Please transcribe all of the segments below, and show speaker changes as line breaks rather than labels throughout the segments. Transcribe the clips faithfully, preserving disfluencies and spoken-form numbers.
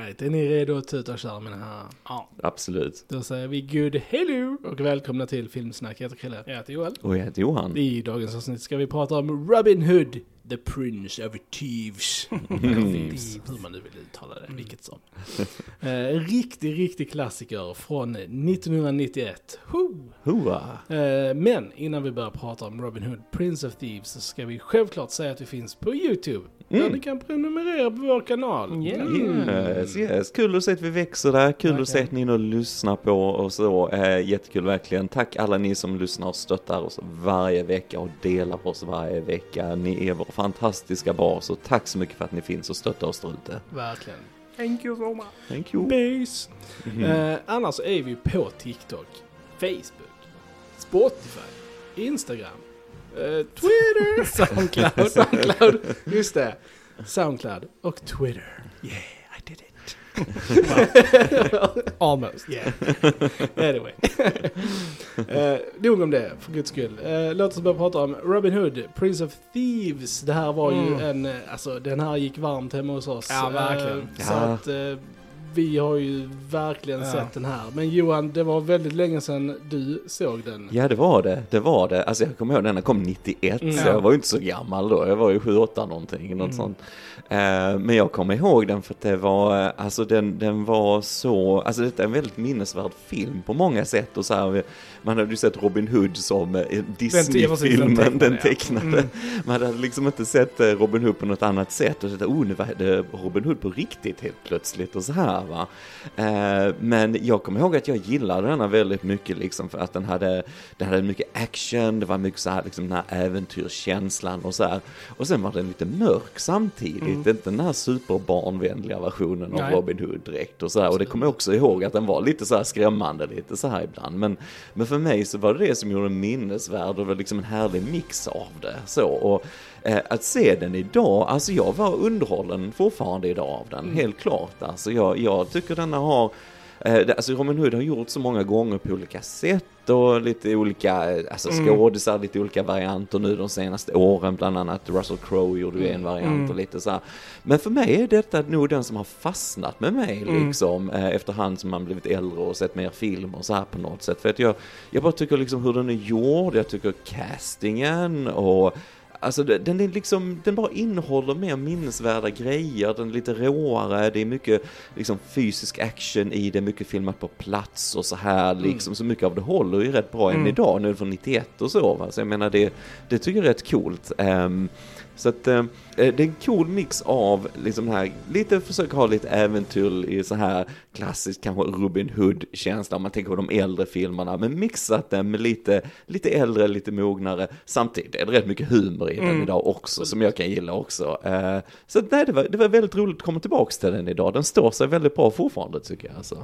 Alright, är ni redo att tuta och köra mina här?
Ja.
Absolut.
Då säger vi good hello och välkomna till Filmsnack. Jag heter Krille.
Jag heter Joel.
Och jag heter Johan.
I dagens avsnitt ska vi prata om Robin Hood, the Prince of Thieves. Thieves, hur man nu vill uttala det, vilket som. Eh, En riktig, riktig klassiker från nittonhundranittioett. Ho!
Hoa.
Eh, Men innan vi börjar prata om Robin Hood, Prince of Thieves, så ska vi självklart säga att vi finns på YouTube.
Mm.
Där ni kan prenumerera på vår kanal.
Yeah.
Yes, yes. Kul att se att vi växer där. Kul
Verkligen.
att se att ni nu lyssnar på och så. Eh, jättekul verkligen. Tack alla ni som lyssnar och stöttar oss varje vecka och delar oss varje vecka. Ni är vår fantastiska bas och tack så mycket för att ni finns och stöttar oss där ute.
Verkligen.
Thank you so much.
Thank you.
Base.
Mm.
Eh, annars är vi på TikTok, Facebook, Spotify, Instagram, eh, Twitter, Soundcloud, Soundcloud, just det, Soundcloud och Twitter. Yeah, I did it.
Almost.
Yeah. Anyway. uh, nog om det, för guds skull. Uh, låt oss börja prata om Robin Hood, Prince of Thieves. Det här var ju
Mm.
en, uh, alltså den här gick varmt hemma hos oss.
Ja, verkligen.
Uh,
Ja.
Så att uh, vi har ju verkligen
Ja.
sett den här. Men Johan, det var väldigt länge sedan du såg den.
Ja, det var det. Det var det. Alltså jag kommer ihåg den kom nittioett,
Mm.
så jag var ju inte så gammal då. Jag var ju sju åtta någonting, något
Mm.
sånt. Eh, men jag kommer ihåg den för att det var, eh, alltså den, den var så, alltså det är en väldigt minnesvärd film på många sätt och så här, man hade ju sett Robin Hood som eh, Disney-filmen, den, den tecknade.
Ja. Mm.
Man hade liksom inte sett eh, Robin Hood på något annat sätt och så oh, nu var det Robin Hood på riktigt helt plötsligt och så här va. Eh, men jag kommer ihåg att jag gillade den väldigt mycket liksom för att den hade, den hade mycket action, det var mycket så här liksom den här äventyrskänslan och så här. Och sen var den lite mörk samtidigt.
Mm.
Det är inte den här superbarnvänliga versionen av
Nej.
Robin Hood direkt och så här. Och det kommer jag också ihåg att den var lite så här skrämmande lite så här ibland. Men, men för mig så var det det som gjorde en minnesvärd och det var liksom en härlig mix av det. Så, och eh, att se den idag, alltså jag var underhållen fortfarande idag av den,
Mm.
helt klart. Alltså jag, jag tycker den har, eh, det, alltså Robin Hood har gjort så många gånger på olika sätt och lite olika, eh, alltså
Mm.
skådisar, lite olika varianter nu de senaste åren, bland annat Russell Crowe gjorde ju en variant
Mm.
och lite så här. Men för mig är detta nog den som har fastnat med mig
Mm.
liksom, eh, efterhand som man blivit äldre och sett mer film och så här på något sätt. För att jag, jag bara tycker liksom hur den är gjord, jag tycker castingen och alltså den är liksom, den bara innehåller mer minnesvärda grejer, den är lite råare, det är mycket liksom fysisk action i det, mycket filmat på plats och så här liksom, så mycket av det håller ju rätt bra än
Mm.
idag, nu är det från nittioett och så va? Så jag menar det, det tycker jag är rätt coolt. Um, så att uh, det är en cool mix av liksom här, lite försöka ha lite äventyr i så här klassiskt kanske Robin Hood-känsla om man tänker på de äldre filmerna, men mixat den med lite, lite äldre, lite mognare, samtidigt är det rätt mycket humor i den
Mm.
idag också, som jag kan gilla också. Uh, så nej, det var, det var väldigt roligt att komma tillbaka till den idag, den står sig väldigt bra fortfarande tycker jag alltså.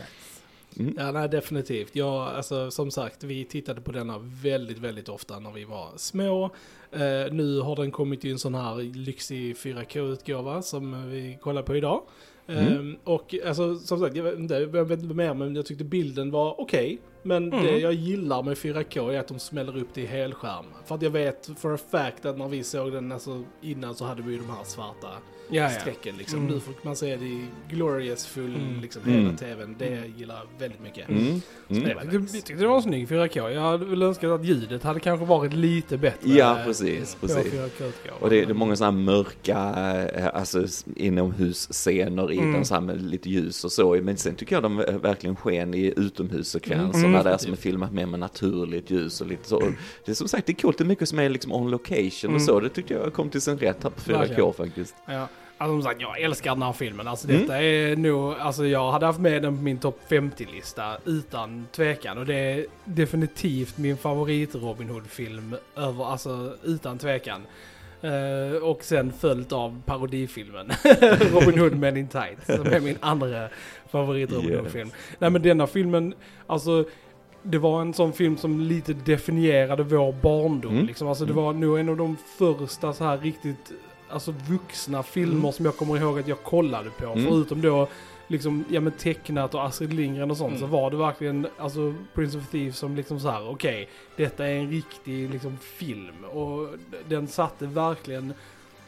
Mm.
Ja, nej, definitivt. Ja, alltså, som sagt, vi tittade på denna väldigt, väldigt ofta när vi var små. Eh, nu har den kommit i en sån här lyxig fyra K-utgåva som vi kollar på idag.
Mm.
Eh, och alltså, som sagt, jag vet inte, jag vet inte mer, men jag tyckte bilden var okej. Okay, men
Mm.
det jag gillar med fyra K är att de smäller upp det i helskärm. För att jag vet for a fact att när vi såg den alltså, innan så hade vi ju de här svarta
Ja, ja.
strecken. Liksom.
Mm.
Nu får man se det i glorious full,
Mm.
liksom,
Mm.
hela tvn. Det gillar jag väldigt mycket.
Mm.
Så
Mm.
det
Jag
var
tyckte,
nice.
jag tyckte det var en snygg fyra K. Jag hade väl önskat att ljudet hade kanske varit lite bättre.
Ja, precis,
på
precis.
fyra K-utgåvan.
Och det, det är många sådana här mörka eh, alltså, inomhusscener i
Mm.
den, så här med lite ljus och så. Men sen tycker jag de eh, verkligen sken i utomhussekvenserna
Mm.
där som är filmat mer med naturligt ljus och lite så. Och det är som sagt, det är coolt, det är mycket som är liksom on location
Mm.
och så. Det tyckte jag kom till sin rätt här på fyra K
Verkligen.
faktiskt.
Ja. Alltså som sagt, jag älskar den här filmen. Alltså
Mm.
detta är nog, alltså jag hade haft med den på min topp femtio-lista utan tvekan. Och det är definitivt min favorit Robin Hood-film över, alltså utan tvekan. Uh, och sen följt av parodifilmen Robin Hood Men in Tights, som är min andra favorit Robin
Yes.
Hood-film. Nej men denna filmen, alltså det var en sån film som lite definierade vår barndom.
Mm.
Liksom. Alltså det
Mm.
var nog en av de första så här riktigt alltså vuxna filmer
Mm.
som jag kommer ihåg att jag kollade på.
Mm.
Förutom då liksom, ja men tecknat och Astrid Lindgren och sånt,
Mm.
så var det verkligen alltså Prince of Thieves som liksom så här: okej, okay, detta är en riktig liksom film och den satte verkligen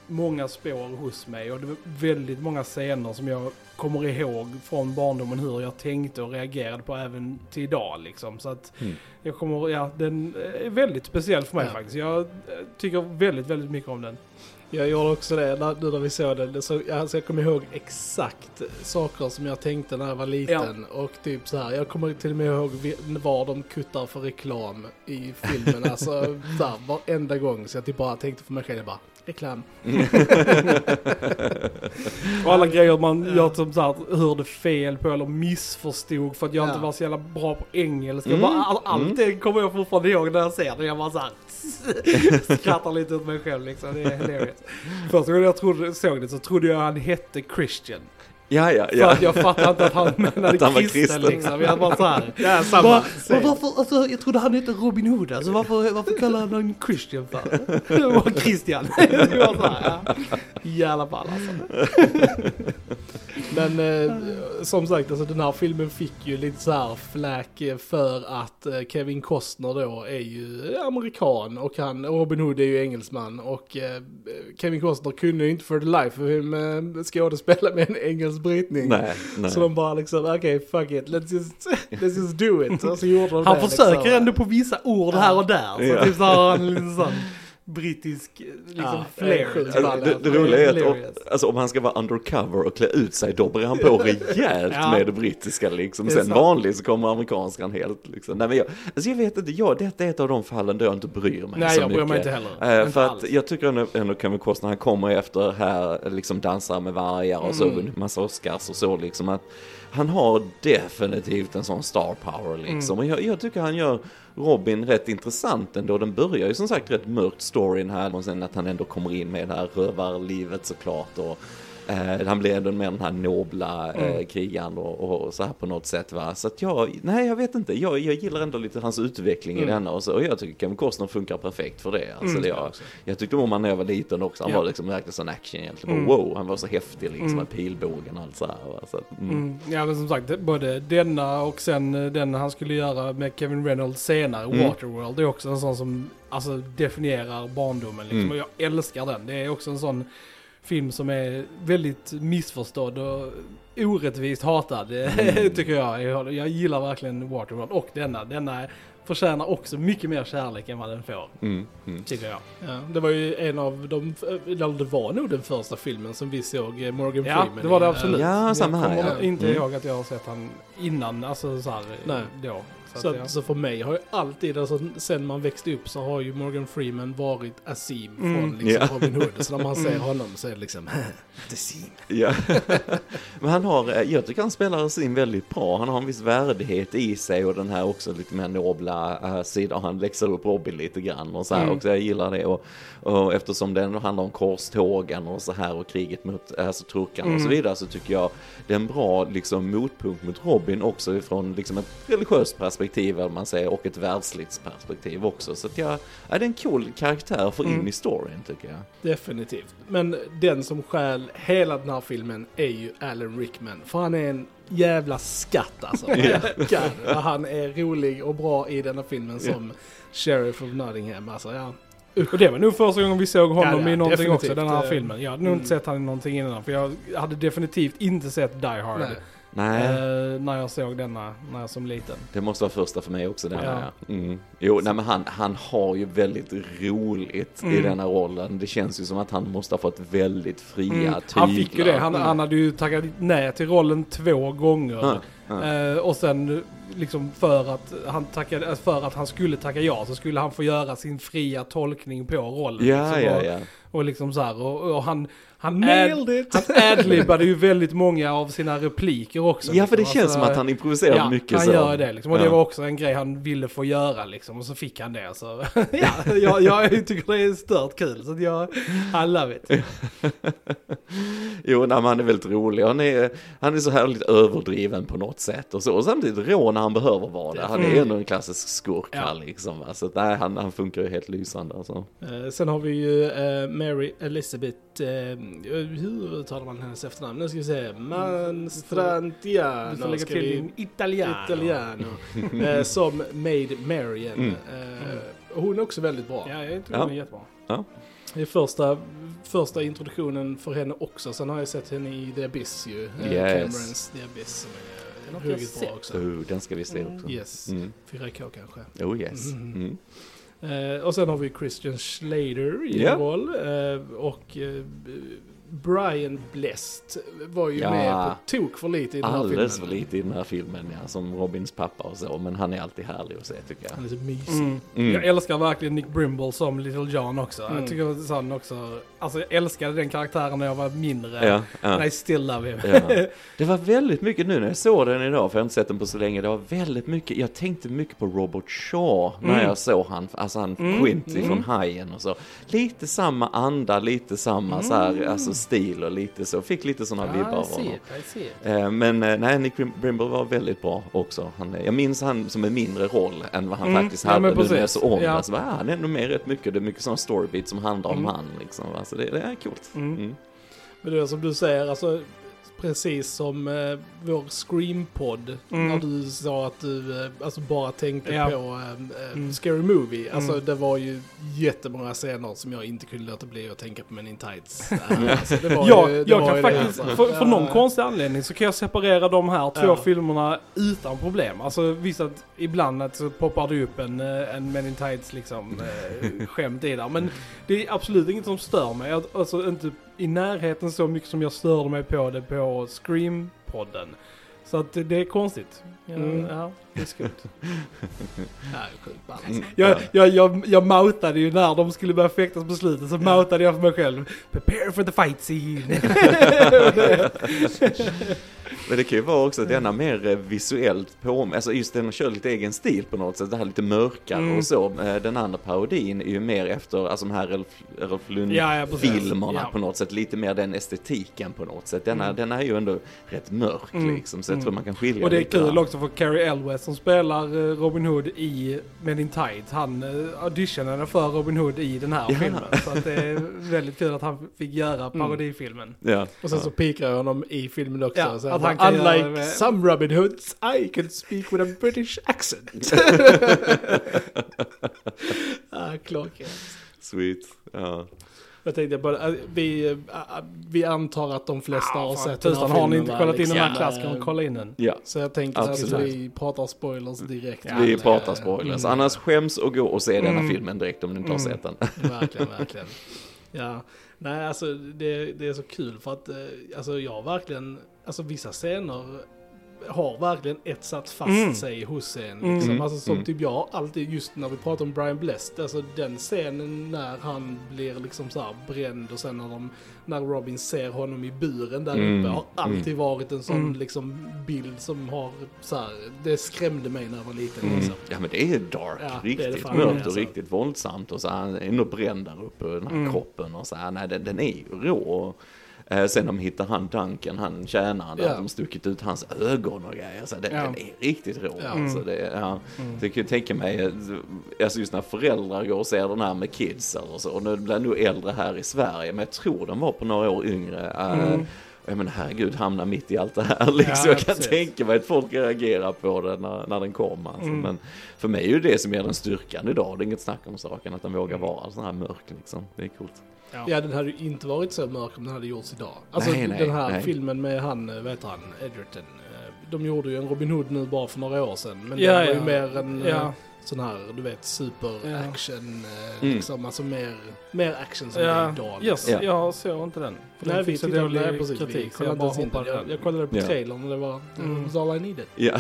många spår hos mig och det var väldigt många scener som jag kommer ihåg från barndomen hur jag tänkte och reagerade på även till idag liksom. Så att
Mm.
jag kommer, ja, den är väldigt speciell för mig
Ja.
faktiskt. Jag tycker väldigt, väldigt mycket om den.
Jag gjorde också det när, nu när vi såg den. Så, alltså, jag kommer ihåg exakt saker som jag tänkte när jag var liten. Och typ så här, jag kommer till och med ihåg vi- vad de kuttar för reklam i filmen. Alltså där, varenda gång. Så jag typ bara tänkte för mig själv bara, reklam.
Och alla grejer man gör som så här, hörde fel på eller missförstod för att jag
Ja.
inte var så jävla bra på engelska.
Mm.
Bara, all, allt
Mm.
det kommer jag fortfarande ihåg när jag ser det. Jag bara så här skrattar lite åt mig själv liksom. Det är hilarious. Första gången jag trodde, såg det så trodde jag han hette Christian.
Ja, ja,
För
ja.
att jag fattade inte att han menade
Att han var
kristen,
kristen.
liksom. Jag bara så här.
Ja, samma.
Bara,
Same.
men varför, alltså, jag trodde han hette Robin Hood, alltså varför, varför kallar han honom Christian för? Det var Christian. Det var så här, ja. Jävla ball alltså.
Men eh, som sagt, alltså, den här filmen fick ju lite så här flack eh, för att eh, Kevin Costner då är ju amerikan och han, Robin Hood är ju engelsman och eh, Kevin Costner kunde ju inte för the life of him eh, skådespela med en engelsk brytning.
Nej, nej.
Så de bara liksom, okej, okay, fuck it, let's just, let's just do it. Och så gjorde de
Han
det,
försöker
liksom.
ändå på vissa ord
Ja.
här och där. Så
Ja.
typ så har han en liten sån brittisk liksom
Ja,
flair.
det är sjukt.
Alltså, det, det roliga är att om,
Hilarious.
alltså, om han ska vara undercover och klä ut sig, då börjar han på rejält
Ja.
med det brittiska liksom.
Det är
Sen
sant.
vanligt så kommer amerikanskan helt liksom. Nej, men jag, alltså, jag vet inte, jag, detta är ett av de fallen där jag inte bryr mig
Nej,
så
jag bryr
mycket.
mig inte heller.
Eh,
Inte
för
alls.
att jag tycker ändå, ändå Kevin Costner, han kommer efter här, liksom dansar med vargar och så,
Mm.
vunnit massa Oscars och så liksom, att han har definitivt en sån star power liksom.
Mm.
Och jag, jag tycker han gör Robin rätt intressant ändå. Den börjar ju som sagt rätt mörkt storyn här och sen att han ändå kommer in med det här rövarlivet såklart och eh, han blir ändå med den här nobla eh,
Mm.
krigaren och, och så här på något sätt va. Så att jag, nej jag vet inte, jag, jag gillar ändå lite hans utveckling
Mm.
i denna och, så, och jag tycker Kevin Costner funkar perfekt för det. Alltså,
Mm.
det
Jag
jag,
också.
jag tyckte om han när jag var liten också, han
Ja.
var liksom verkligen sån action egentligen.
Mm.
Wow, han var så häftig liksom
Mm.
med pilbågen och allt så här. Va? Så att, mm.
Mm. Ja men som sagt, både denna och sen eh, den han skulle göra med Kevin Reynolds senare,
Mm.
Waterworld, det är också en sån som alltså, definierar barndomen liksom.
Mm.
Och jag älskar den. Det är också en sån film som är väldigt missförstådd och orättvist hatad,
Mm.
tycker jag. jag. Jag gillar verkligen Waterworld och denna. Denna förtjänar också mycket mer kärlek än vad den får,
Mm. Mm.
tycker jag.
Ja, det var ju en av de, eller det var nog den första filmen som vi såg eh, Morgan
Ja,
Freeman
det var det
i.
absolut.
Ja, samma här,
Jag kommer
ja.
inte
Mm.
ihåg att jag har sett han innan, alltså så här,
Nej.
då. Så,
Så,
att, ja.
så för mig har ju alltid, alltså, sen man växte upp så har ju Morgan Freeman varit Asim från
Mm.
liksom
Ja.
Robin Hood. Så när man ser
Mm.
honom så är det liksom Asim.
Ja. Men han har, eh, jag tycker han spelar sin väldigt bra. Han har en viss värdighet i sig och den här också lite mer nobla uh, sidan. Han läxar upp Robin lite grann och så här
Mm.
också. Jag gillar det och, och eftersom det ändå handlar om korstågen och så här och kriget mot alltså, turkarna och så
Mm.
vidare så tycker jag det är en bra liksom motpunkt mot Robin också ifrån liksom ett religiöst perspektiv eller man säger och ett världsligt perspektiv också. Så att jag, är det en cool karaktär för in
Mm.
i storyn tycker jag.
Definitivt. Men den som stjäl hela den här filmen är ju Alan Rickman. För han är en jävla skatt alltså.
Ja.
God, han är rolig och bra i den här filmen som Sheriff of Nottingham. Alltså, ja.
Och det var nog första gången vi såg honom
Ja, ja,
i någonting
definitivt.
också, den här
Eh,
filmen. Jag hade nog
mm.
inte sett han i någonting innan, för jag hade definitivt inte sett Die Hard
Nej.
Nej.
eh, när jag såg denna, när jag som liten.
Det måste vara första för mig också. Den
Ja.
här. Mm. Jo, nej, men han, han har ju väldigt roligt i
Mm.
denna rollen. Det känns ju som att han måste ha fått väldigt fria
Mm.
tyglar.
Han fick ju det, han,
Mm.
han hade ju tackat nej till rollen två gånger.
Ja, ja.
Eh, och sen liksom för att, han tackade, för att han skulle tacka ja så skulle han få göra sin fria tolkning på rollen.
Ja,
liksom,
ja,
och,
ja.
och liksom så här, och, och han han
Nailed
ad,
it!
han adlibbade ju väldigt många av sina repliker också.
Ja, för det
liksom.
känns
Alltså,
som att han improviserar
ja,
mycket
han
så.
gör det liksom. Och
Ja.
det var också en grej han ville få göra liksom. Och så fick han det. Så ja, jag, jag tycker det är stört kul. Så att jag, I love it.
Jo, nej, men han är väldigt rolig. Han är, han är så härligt överdriven på något sätt. Och, så. Och samtidigt rå när han behöver vara det. Han är
Mm.
ändå en klassisk skurk
Ja.
här liksom. Va? Så att, nej, han, han funkar ju helt lysande. Alltså.
Eh, sen har vi ju eh, Mary Elizabeth, eh, hur uttalar man hennes efternamn? Nu ska vi se, Manstrantiano.
Du får lägga
ska
till
vi-
din italiano.
Italiano. eh, som Maid Marian.
Mm.
Eh, hon är också väldigt bra.
Ja, jag tycker
Ja.
den är jättebra.
Det är första, första introduktionen för henne också. Sen har jag sett henne i The Abyss ju.
Yes.
Camerons The Abyss som är ruggigt bra också.
Oh, den ska vi se också.
Yes,
Mm.
fyra K kanske.
Oh yes.
Mm.
Mm.
Eh, och sen har vi Christian Slater i
Ja.
en roll. Eh, och eh, Brian Blessed var ju
Ja.
med på tok för lite i den här
Alldeles för
filmen.
lite i den här filmen, ja, som Robins pappa och så, men han är alltid härlig att se, tycker jag.
Han är så mysig.
Mm.
Mm.
Jag älskar verkligen Nick Brimble som Little John också.
Mm.
Jag tycker att han också, alltså jag älskade den karaktären när jag var mindre.
Ja, ja.
And I still love him.
Ja. Det var väldigt mycket nu när jag såg den idag, för jag har inte sett den på så länge. Det var väldigt mycket, jag tänkte mycket på Robert Shaw när
Mm.
jag såg han, alltså han
Mm.
Quint
Mm.
från Hajen och så. Lite samma anda, lite samma
Mm.
så här, alltså stil och lite så. Fick lite sådana vibbar
I
av
see
honom.
it, I see it.
Eh, Men eh, nej, Nick Brim- Brimble var väldigt bra också. Han, jag minns han som en mindre roll än vad han
Mm.
faktiskt
Ja,
hade
men
nu när jag
precis.
såg om
Ja.
det. Så bara, ah, han är ändå med rätt mycket. Det är mycket sådana storybeats som handlar om
Mm.
han. Liksom. Alltså, det, det är coolt.
Mm.
Mm.
Men det är som du säger, alltså precis som eh, vår Scream-podd,
Mm.
när du sa att du eh, alltså bara tänkte
Ja.
på eh, eh,
Mm.
Scary Movie. Alltså
Mm.
det var ju jättemånga scener som jag inte kunde låta bli att tänka på Men in Tights. Äh, alltså, det var
Ja,
ju, det
jag
var
kan
ju det,
faktiskt,
alltså.
för, för någon
Ja.
konstig anledning så kan jag separera de här två
Ja.
filmerna utan problem. Alltså visst att ibland att så poppar det upp en, eh, en Men in Tights liksom eh, skämt i där. Men det är absolut inget som stör mig. Att- Alltså inte i närheten så mycket som jag störde mig på det på Scream-podden. Så att det är konstigt. Ja,
Mm.
ja det är skumt.
Ja, det är sjukt ball, alltså.
Mm.
Jag, jag, jag, jag moutade ju när de skulle börja fäktas på slutet, så moutade jag för mig själv. Prepare for the fight scene.
Men det kan ju vara också denna mer eh, visuellt på, alltså just den kör lite egen stil på något sätt, det här lite mörkare
Mm.
och så. Eh, Den andra parodin är ju mer efter, alltså de här Rolf, Rolf
Ja, ja, precis.
Lund-filmerna
Ja.
på något sätt, lite mer den estetiken på något sätt. Denna,
Mm.
den är ju ändå rätt mörk
Mm.
liksom, så jag
Mm.
tror man kan skilja
Och det är
lite
kul
där.
också för Carrie Elwes som spelar eh, Robin Hood i Men in Tights. Han uh, auditionade för Robin Hood i den här
Ja.
filmen. Så att det är väldigt kul att han fick göra parodifilmen.
Ja.
Och sen så pikar jag honom i filmen också.
Ja,
så
att
bara,
han kan göra
unlike
det med-
some Robin Hoods, I can speak with a British accent. ah, klockrent.
Sweet. Ja.
Jag tänkte bara, äh, vi, äh, vi antar att de flesta
Ah,
har
fan,
sett den här
tusan, har ni
filmen,
inte
va?
kollat in den här
Liksom,
klassikern,
äh,
kolla in den.
Ja.
Så jag tänkte att
Absolut.
vi pratar spoilers direkt.
Ja,
Vi
Men,
pratar
äh,
spoilers.
mm,
Annars skäms och gå och se denna
Mm.
filmen direkt om du inte har
Mm.
sett den.
Verkligen, verkligen. Ja, nej alltså det, det är så kul för att eh, alltså jag verkligen, alltså vissa scener har verkligen etsat fast
Mm.
sig hos en.
Mm.
Liksom. Alltså som
Mm.
typ jag alltid, just när vi pratar om Brian Blessed, alltså den scenen när han blir liksom så här bränd och sen när, de, när Robin ser honom i buren där
Mm.
uppe har alltid varit en sån
Mm.
liksom bild som har så här, det skrämde mig när jag var liten.
Mm.
Liksom.
Ja, men det är dark,
Ja, det är det
riktigt
fan,
mörkt och
alltså.
riktigt våldsamt och så han är nog bränd där uppe i den här
Mm.
kroppen och så här, nej den, den är ju rå. Och, eh, sen de hittar han Duncan, han tjänaren där,
Ja.
de stuckit ut hans ögon och grejer, så den,
Ja.
den är riktigt rå.
Ja.
Alltså, det, ja.
Mm.
Så jag kan ju tänka mig, eh, alltså just när föräldrar går och ser den här med kids eller så, och nu blir nog äldre här i Sverige, men jag tror de var på några år yngre. Eh,
Mm.
Jag menar herregud, hamna mitt i allt det här liksom.
Ja,
Jag kan
precis.
tänka mig att folk reagerar på det när, när den kommer. Alltså.
Mm.
Men för mig är ju det som ger den styrkan idag. Det är inget snack om saken, att den vågar vara sån här mörk liksom. Det är coolt.
Ja, den hade ju inte varit så mörk om den hade gjorts idag. Alltså
Nej, nej,
den här
nej.
filmen med han, vad heter han, Edgerton. eh, De gjorde ju en Robin Hood nu bara för några år sedan. Men
Ja,
det var ju
ja.
mer en
Ja.
eh, sån här, du vet, super-action. eh,
Mm.
Liksom, alltså mer, mer action som
Ja,
det är idag.
yes,
Ja.
jag såg inte den. För
Nej,
den
vi
fick så
tittade,
dålig
nej, precis, vi
kritik så
kollade
jag
inte
bara
ens in den.
hoppade
jag,
den.
jag kollade på
Ja.
trailern och det var,
Mm.
it was all I needed.
Ja.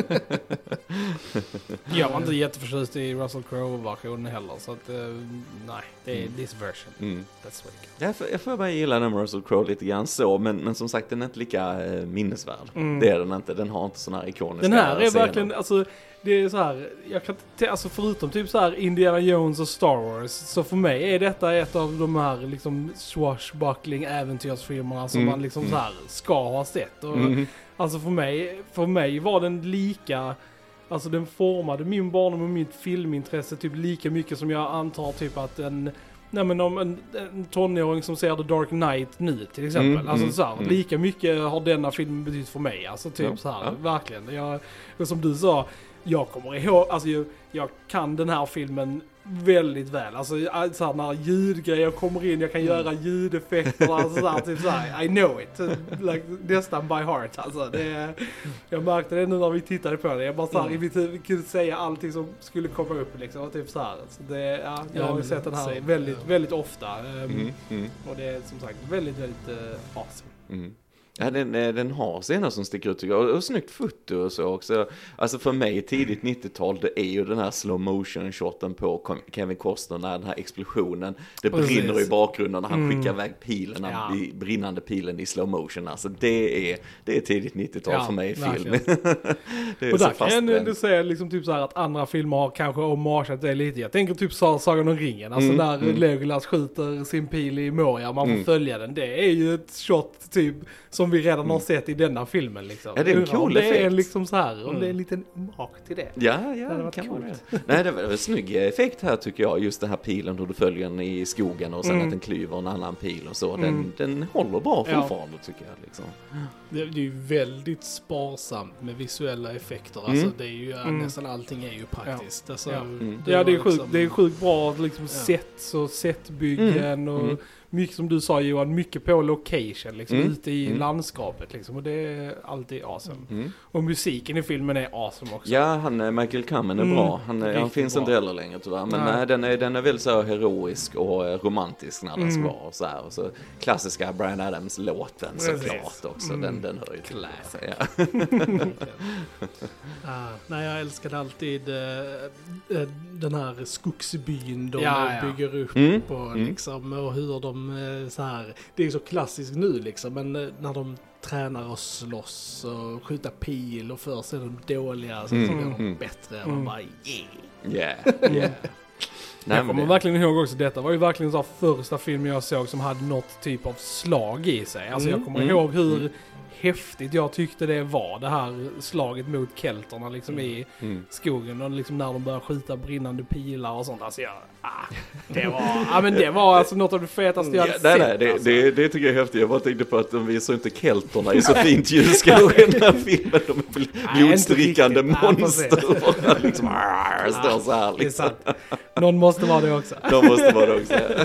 Jag var inte jätteförtjust i Russell Crowe-versionen heller, så att, eh, nej, det är
Mm.
this version.
Mm.
That's what it
Jag, får, jag får bara gilla den med Russell Crowe lite grann så, men, men som sagt den är inte lika eh, minnesvärd.
Mm.
Det är den inte, den har inte såna här ikoniska
Den här är
scener.
verkligen, alltså, det är så här, jag kan inte, alltså förutom typ så här Indiana Jones och Star Wars, så för mig är detta ett av de här liksom swashbuckling äventyrsfilmerna som
Mm,
man liksom
mm.
så här ska ha sett. Och,
Mm.
Alltså för mig, för mig var den lika, alltså den formade min barndom och mitt filmintresse typ lika mycket som jag antar typ att en, nej men om en, en tonåring som ser The Dark Knight nu till exempel.
Mm,
alltså
mm,
så här,
mm.
lika mycket har denna filmen betytt för mig. Alltså typ
Ja,
så här,
ja.
verkligen. Jag, och som du sa, jag kommer ihåg, alltså jag, jag kan den här filmen väldigt väl. Alltså så här, när ljudgrejer kommer in, jag kan göra ljudeffekter, alltså så här, typ så här, I know it. Like, nästan by heart. Alltså, det, jag märkte det nu när vi tittade på det. Jag bara så här, mm. vi kunde säga allting som skulle komma upp liksom, typ så här. Så det, ja, jag har ju sett den här väldigt, väldigt ofta. Um, mm. Mm. Och det är som sagt väldigt, väldigt uh, awesome.
Mm. Ja, den, den har scener som sticker ut tycker jag. Och, och snyggt foto och så också. Alltså för mig tidigt nittiotal, det är ju den här slow motion shoten på Kevin Costner när den här explosionen, det brinner Precis. I bakgrunden när han mm. skickar iväg pilen, ja. i, brinnande pilen i slow motion. Alltså det är, det är tidigt nittiotal ja, för mig i film. Det är
och
så
där kan du säga liksom typ så här att andra filmer har kanske omageat det lite. Jag tänker typ så Sagan om ringen. Alltså mm. där mm. Legolas skjuter sin pil i Moria, man får mm. följa den. Det är ju ett shot typ som vi redan mm. har sett i denna filmen liksom.
Ja, det är en cool effekt.
Det är liksom så här, och mm. det är en liten mak till det.
Ja, ja, det kan vara det. Nej, det var en snygg effekt här tycker jag. Just den här pilen, hur du följer den i skogen och sen mm. att den klyver en annan pil och så. Den, mm. den håller bra fortfarande ja. Tycker jag liksom.
Det, det är ju väldigt sparsamt med visuella effekter. Mm. Alltså det är ju, mm. nästan allting är ju praktiskt. Ja, alltså,
ja. Mm. Det, ja, det är sjukt liksom, sjuk bra liksom ja. Sets och setbyggen mm. och mm. mycket som du sa Johan, mycket på location liksom, mm. ute i mm. landskapet liksom, och det är alltid awesome. Mm. Och musiken i filmen är awesome också.
Ja, han, Michael Kamen är mm. bra. Han, han finns bra. Inte heller längre tyvärr, men nej. Nej, den, är, den är väldigt så heroisk och romantisk när den mm. ska vara och så här. Och så klassiska Bryan Adams-låten såklart också, mm. den, den hör ju till. Ja.
ah, nej, jag älskade alltid äh, den här skogsbyn de
ja, ja.
bygger upp
mm.
på liksom, och hur de så här, det är så klassiskt nu liksom, men när de tränar och slåss och skjuta pil och först är de dåliga så, mm. så blir de mm. bättre och mm. man bara yeah.
Yeah. yeah.
Nej, jag kommer verkligen ihåg också, detta var ju verkligen så första film jag såg som hade något typ av slag i sig. Alltså mm. jag kommer mm. ihåg hur mm. häftigt jag tyckte det var, det här slaget mot kelterna liksom i mm. skogen och liksom när de börjar skjuta brinnande pilar och sånt. Alltså jag, ah, det var, ja men det var alltså något av det fetaste jag hade
ja, nej,
sett.
Nej, det,
alltså.
det, det tycker jag är häftigt. Jag bara tänkte på att de visar inte kelterna i så fint ljusskog i den här filmen. De är blodstrickande monster. Ja, liksom, arr, står så här liksom.
Någon måste vara det också.
De måste vara det också, ja.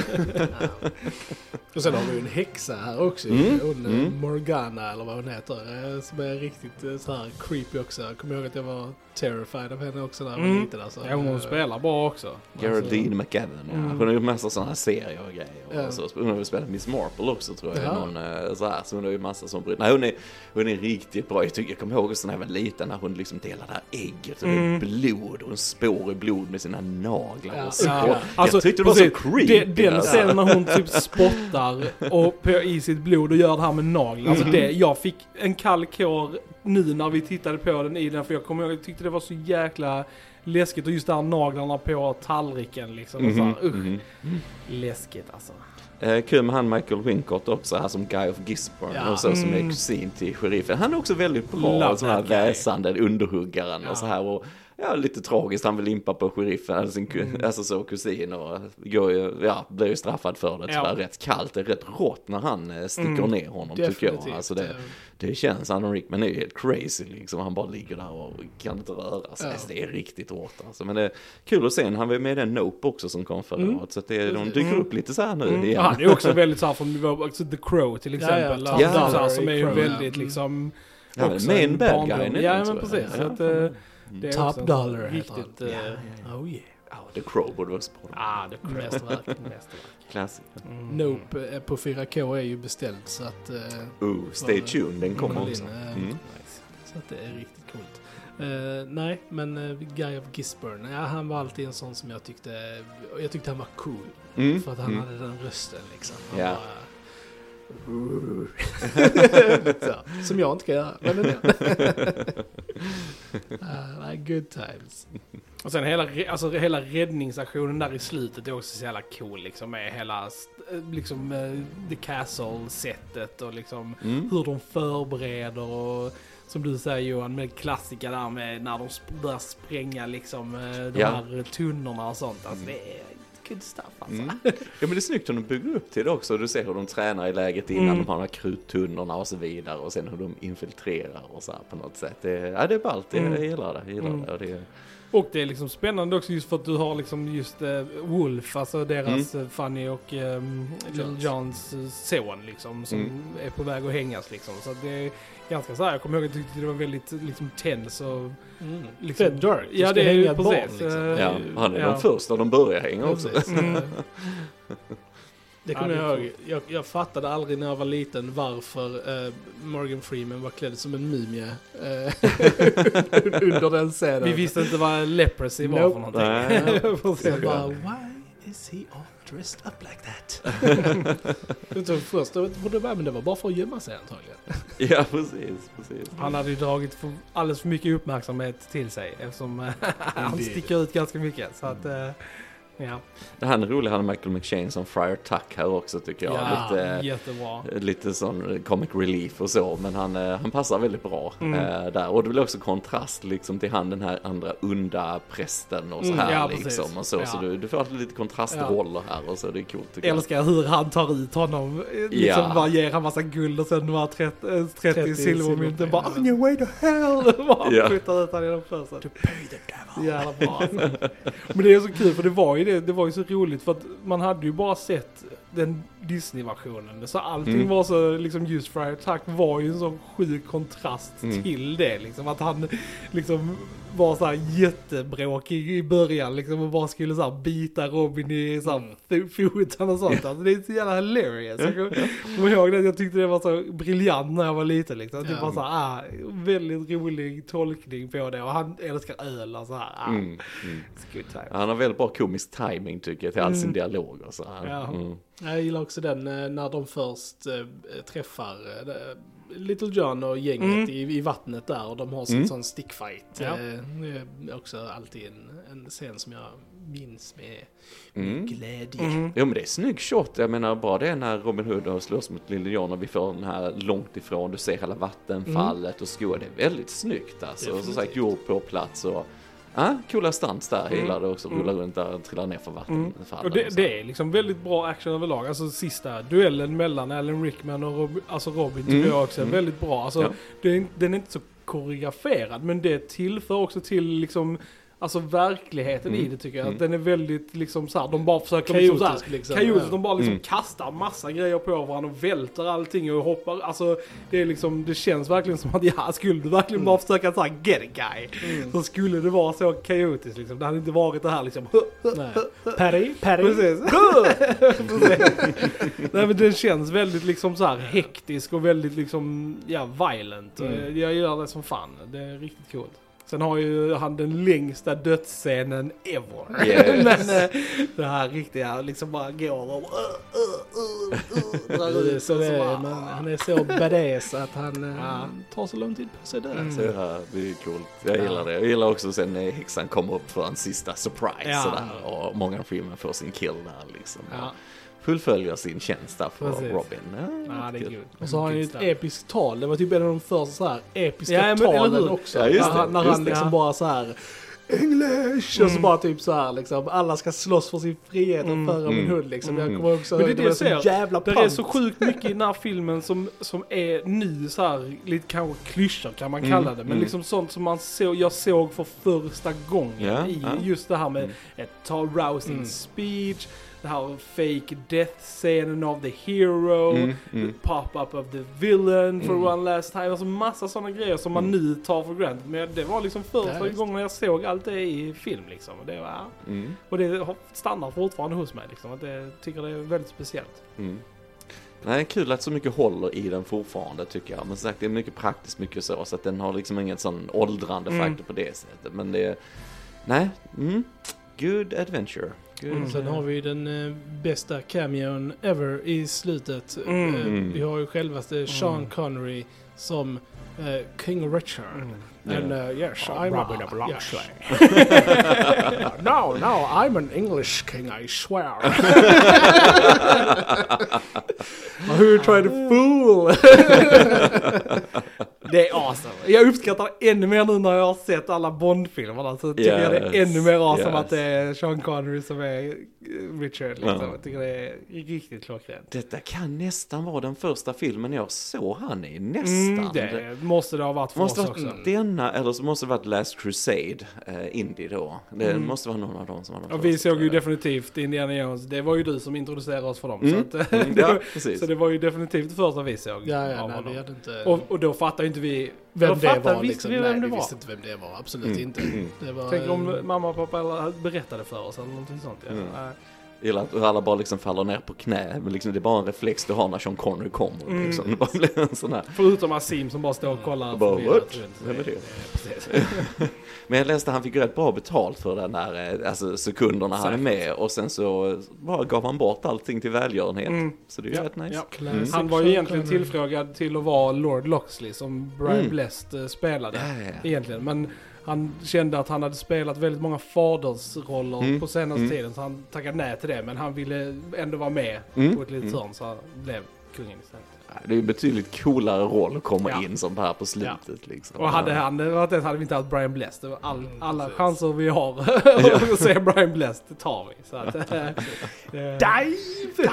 Och sen har vi ju en häxa här också. Mm. Hon, mm. Morgana eller vad hon heter. Som är riktigt så här creepy också. Jag kommer ihåg att jag var terrified av henne också när jag var mm. liten. Alltså.
Ja, hon spelar bra också.
Geraldine alltså. McGavin. Ja. Mm. Hon har ju massa sådana här serier och grejer. Ja. Och så. Hon har ju spelat Miss Marple också tror jag. Ja. Någon, så, här, så hon har ju massa som bryter. Nej, hon är, hon är riktigt bra. Jag, tycker, jag kommer ihåg också när jag var liten när hon liksom delade det här ägget. Och mm. blod. Hon spår i blod med sina naglar. Ja. Och så. Ja. Jag
alltså,
tyckte det var så creepy.
Den, den scenen när hon typ spottar och på, i sitt blod och gör det här med naglar. Alltså det, jag fick en kall kår nu när vi tittade på den i den, för jag kommer ihåg, jag tyckte det var så jäkla läskigt och just där naglarna på tallriken liksom. Mm-hmm. Och så här, usch. Mm-hmm. Läskigt alltså.
Eh, kul med han Michael Wincott också här som Guy of Gisborne ja. Och så som är kusin till sheriffen. Han är också väldigt bra, sån här väsande underhuggaren ja. Och så här och ja, lite tragiskt, han vill limpa på sheriffen, alltså, sin, mm. alltså så kusin och går ju, ja, blir ju straffad för det. Ja. Rätt kallt, det är rätt rått när han sticker mm. ner honom. Definitivt. Tycker jag. Alltså det, det känns, Alan Rickman är ju helt crazy liksom, han bara ligger där och kan inte röra sig. Ja. Alltså, det är riktigt rått alltså. Men det är kul att se, han var med den Nope också som kom förra mm. året, så att det, de dyker upp lite så här nu mm. igen.
Ja, det är också väldigt så här från alltså, The Crow till exempel. Ja, ja. Ja. Ja. Som är ju väldigt liksom
ja, också med en bad guy.
Ja, men precis. Ja. Så att, uh,
det är Top Dollar
riktigt. Uh,
yeah. Oh yeah.
Oh, The Crow borde också på.
Ah, The Crow. Mästerverk.
Klassik.
Mm. Nope på fyra K är ju beställd så att... Uh,
uh, stay tuned, den kommer också. In, uh,
mm. nice. Så att det är riktigt coolt. Uh, nej, men uh, Guy of Gisborne, ja, han var alltid en sån som jag tyckte... Jag tyckte han var cool. Mm. För att han mm. hade den rösten liksom. Han
ja.
var, så, som jag inte kan göra. Men uh, like good times.
Och sen hela, alltså, hela räddningsaktionen där i slutet är också så jävla cool liksom, med hela liksom, uh, The Castle-sättet och liksom mm. hur de förbereder och som du säger Johan, med klassiker där med när de sp- börjar spränga liksom, uh, de ja. här tunnorna och sånt. Alltså, mm. det är
good stuff alltså.
Mm. Ja, men det är snyggt hur de bygger upp till det också. Du ser hur de tränar i läget innan,
Mm.
de har de här kruttunnorna och så vidare, och sen hur de infiltrerar och så här på något sätt. Det, ja, det är ballt,
Mm.
jag gillar det. Jag gillar
Mm.
det. Och det
Och det är liksom spännande också just för att du har liksom just uh, Wolf, alltså deras
Mm.
uh, Fanny och um, Johns, Johns uh, son liksom, som
Mm.
är på väg att hängas liksom. Så att det är ganska så här, jag kommer ihåg att jag tyckte det var väldigt liksom tens och
Mm.
liksom,
Fett dark. Du
ja,
ska
det är
hänga
ju
ett barn,
precis.
liksom.
Uh,
Ja, han är
ja.
de första de börjar hänga också.
Precis.
Mm.
Det kommer
Ja, det
jag
är
ihåg. Jag, jag fattade aldrig när jag var liten varför eh, Morgan Freeman var klädd som en mumie eh, under den scenen.
Vi visste inte vad leprosy var
Nope.
för någonting.
Nej.
Så jag bara, why is he all dressed up like that? Jag tror först jag trodde bara, men det var bara för att gömma sig antagligen.
Ja, precis, precis.
Han hade ju dragit för, alldeles för mycket uppmärksamhet till sig eftersom eh, han
Indeed.
sticker ut ganska mycket. Så att, eh, ja.
Han är rolig, han är Michael McShane som Friar Tuck här också tycker jag.
Ja,
Lite,
jättebra.
lite sån comic relief och så, men han, eh, han passar väldigt bra
Mm.
eh, där. Och det blir också kontrast liksom till han, den här andra onda prästen och så
Mm,
här
ja, precis.
liksom. Och så,
Ja.
så du, du får alltid lite kontrastroller här och så, det är coolt tycker jag.
Älskar hur han tar ut honom. eh, Liksom
Ja.
bara ger han massa guld och sen de här trettio, eh, trettio,
trettio
silvermynten
silvermynt,
bara
ja.
on your way to hell. Bara
Ja.
flyttar ut han genom fönstret.
To pay the devil.
Jävla bra alltså. Men det är så kul för det var ju det, det var ju så roligt för att man hade ju bara sett den Disney-versionen. Så allting
Mm.
var så, liksom just Friar Tuck var ju en sån sjuk kontrast
Mm.
till det liksom. Att han liksom var så här jättebråkig i början liksom och bara skulle så här bita Robin i så här
Mm.
foten och sånt. Alltså, det är så jävla hilarious. Jag kommer kommer ihåg det, jag tyckte det var så briljant när jag var liten liksom. Det
Ja.
var så här, ah, väldigt rolig tolkning på det och han älskar öl och så här. Ah,
Mm, mm.
it's good time.
Han har väldigt bra komisk timing tycker jag till all sin
Mm.
dialog och så här.
Ja.
Mm.
Jag gillar också den eh, när de först eh, träffar eh, Little John och gänget
Mm.
i, i vattnet där och de har sin
Mm.
sån stickfight.
Ja.
Eh, det är också alltid en, en scen som jag minns med
Mm.
glädje.
Mm.
Jo men det är snygg shot, jag menar bara det är när Robin Hood har slåss mot Little John och vi får den här långt ifrån, du ser hela vattenfallet och skor, det är väldigt snyggt alltså. Och som sagt gjort på plats och ja, coola stans där,
Mm.
gillar det också,
Mm.
rullar runt där och trillar ner för vattenfallen.
Och det,
och så.
det är liksom väldigt bra action överlag. Alltså sista duellen mellan Alan Rickman och Rob, alltså Robin tycker
Mm.
jag också är
Mm.
väldigt bra. Alltså,
Ja.
det är, den är inte så koreograferad men det tillför också till liksom alltså verkligheten
Mm.
i det tycker jag.
Mm.
Att den är väldigt liksom så här, de bara försöker liksom så här,
Kaotisk liksom.
kaotiskt,
Ja.
de bara liksom
Mm.
kastar massa grejer på varandra och välter allting och hoppar. Alltså det är liksom, det känns verkligen som att ja, skulle du verkligen bara försöka så här get a guy
Mm.
så skulle det vara så kaotiskt liksom. Det hade inte varit det här liksom.
Nej. Perry, Perry.
Precis. Precis. Nej men den känns väldigt liksom så här hektisk och väldigt liksom ja violent.
Mm.
Jag gillar det som fan. Det är riktigt coolt. Sen har ju han den längsta dödsscenen ever.
Yes.
Men eh, det här riktiga liksom bara går och uh, uh, uh, uh, drar
Det är
ut
så
och
det
så
är,
bara,
men han är så badass att han eh,
Ja.
tar så lång tid på sig där.
Mm.
Så ja, det är coolt. Jag gillar det. Jag gillar också sen när häxan kommer upp för en sista surprise
Ja.
sådär, och Morgan Freeman får sin kill där liksom.
Ja.
Fullföljer sin tjänst där för
Precis.
Robin.
Ja, det är
kul.
kul.
Och så har han ju
Good
ett
stuff.
episkt tal. Det var typ en av de första så här episka
Ja, men eller
talen
hur?
också.
Ja, just
när
det,
han, när
just
han
det.
liksom
Ja.
bara så här English! Och så
Mm.
bara typ så här liksom, alla ska slåss för sin frihet och
Mm.
för Robin
Mm.
Hood liksom. Jag
Mm.
kommer också
Men det är
ihåg,
det
var
jag
så
säger.
jävla
Det är
pant.
så sjukt mycket i den här filmen som, som är ny så här, lite kanske klyschor kan man
Mm,
kalla det. Men
mm.
liksom sånt som man såg, jag såg för första gången
Ja,
i
ja.
just det här med
Mm.
ett tal rousing
Mm.
speech, det här fake death-scenen av the hero,
Mm, mm.
pop-up of the villain for
Mm.
one last time. Alltså massa sådana grejer som man
Mm.
nu tar för granted. Men det var liksom
Ja,
första
visst.
gången jag såg allt det i film liksom. Och det, var,
Mm.
och det har- stannar fortfarande hos mig liksom. Att det tycker det är väldigt speciellt.
Mm. Nej, kul att så mycket håller i den fortfarande tycker jag. Men som sagt, det är mycket praktiskt, mycket så. Så att den har liksom ingen sån åldrande
Mm.
faktor på det sättet. Men det är, nej, mm. Good adventure. Good.
Mm.
Sen har vi ju den eh, bästa cameon ever i slutet.
Mm.
Eh,
Mm.
vi har ju självaste Sean
Mm.
Connery som eh, King Richard. And uh, yes, I'm
Robin
a,
of
yes.
Locksley.
no, no, I'm an English king, I swear. Who you trying to fool?
Det är awesome. Jag uppskattar ännu mer nu när jag har sett alla Bond-filmerna. Så tycker
Yes,
jag det är ännu mer awesome
yes.
att det är Sean Connery som är Richard. Liksom.
Ja.
Jag tycker det är riktigt klockrent.
Detta kan nästan vara den första filmen jag såg han i. Nästan.
Mm, det måste det ha varit för
Måste
oss
varit
också.
denna, eller så måste det varit Last Crusade, eh, indie då. Det
Mm.
måste vara någon av dem som var de
Och vi
första,
såg ju
tror jag.
definitivt Indiana Jones. Det var ju du som introducerade oss för dem.
Mm.
Så, att,
Mm, ja, precis.
så det var ju definitivt det första vi såg.
Ja, ja,
av
nej,
honom.
vi hade inte...
och, och då fattar ju inte vi
vem
då
det
fattar-
var
visste
liksom.
vi vem
Nej,
det
vi
var.
visste inte vem det var. Absolut
Mm.
inte.
Mm.
Det var...
Tänk om mamma och pappa berättade för oss eller någonting sånt. Ja.
Mm.
Nej.
Jag gillar att alla bara liksom faller ner på knä, men liksom det är bara en reflex du har när Sean Connery kommer.
Mm.
Liksom. Det bara blir en sån här.
Förutom Asim som bara står och kollar.
Och bara,
förvirrat
what?
runt.
Vem är det?
Ja, precis.
Men jag läste att han fick rätt bra betalt för den där eh, alltså sekunderna han är med, och sen så bara gav han bort allting till välgörenhet.
Mm.
Så det är ju
Ja,
rätt nice.
ja.
Classic
Han var ju
Sean
egentligen
Connery.
tillfrågad till att vara Lord Loxley som Brian
Mm.
Blessed eh, spelade.
Ja, ja, ja.
Egentligen, men han kände att han hade spelat väldigt många fadersroller
Mm.
på senaste
Mm.
tiden, så han tackade nej till det, men han ville ändå vara med
Mm.
på ett litet
Mm.
hörn, så han blev kungen istället.
Det är ju en betydligt coolare roll att komma
Ja.
in som här på slutet. Liksom.
Och hade
Ja.
han varit det hade vi inte haft Brian Blessed. Det var all,
Mm,
alla
precis.
chanser vi har att se Brian Blessed, det tar vi. Så att, eh,
Dive!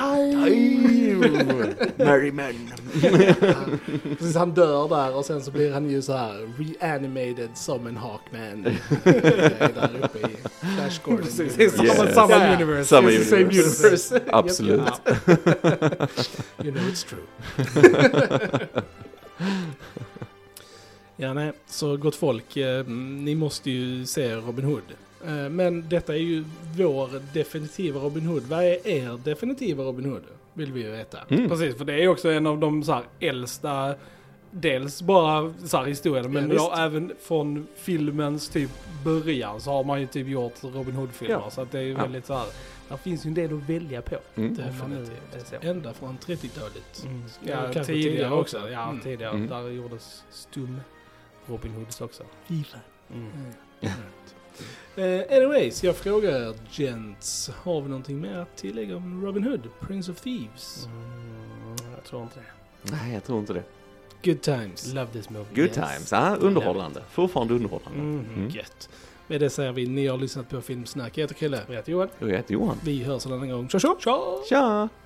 Merry men.
Precis, han dör där och sen så blir han ju så här reanimated som en Hawkman. Där uppe i Flash Gordon.
Precis, det är samma,
Yes.
samma
Ja, ja.
universe.
Samma
It's the same
universe.
universe.
Absolut.
Ja. You know it's true. Ja, nej. Så gott folk, eh, ni måste ju se Robin Hood. Eh, men detta är ju vår definitiva Robin Hood. Vad är er definitiva Robin Hood? Vill vi ju veta.
Mm.
Precis, för det är också en av de så här äldsta, dels bara så här historien, men
Ja,
ja,
visst.
även från filmens typ början så har man ju typ gjort Robin Hood-filmer.
Ja.
Så att det är ju
Ja.
väldigt så här, där finns ju en del att välja på.
Mm.
Om man nu
Definitivt.
är så.
Ända från trettiotalet.
Mm.
Ja,
Ja,
kanske
tidigare,
tidigare
också.
också.
Ja,
Mm.
tidigare.
Mm.
Där gjordes stum Robin Hoods också.
Fyra.
Mm.
Uh, anyways, jag frågar gents, har vi någonting mer att tillägga om Robin Hood, Prince of Thieves?
Mm, jag tror inte det.
Nej, jag tror inte det.
Good times.
Love this movie.
Good
Yes.
times. Ja, underhållande. Fortfarande underhållande.
Mm.
Mm.
Gött. Med det säger vi, ni har lyssnat på Filmsnack. Jag heter Krille.
Jag heter Johan.
Jag heter Johan.
Vi hörs en annan gång. Tja tja!
Tja!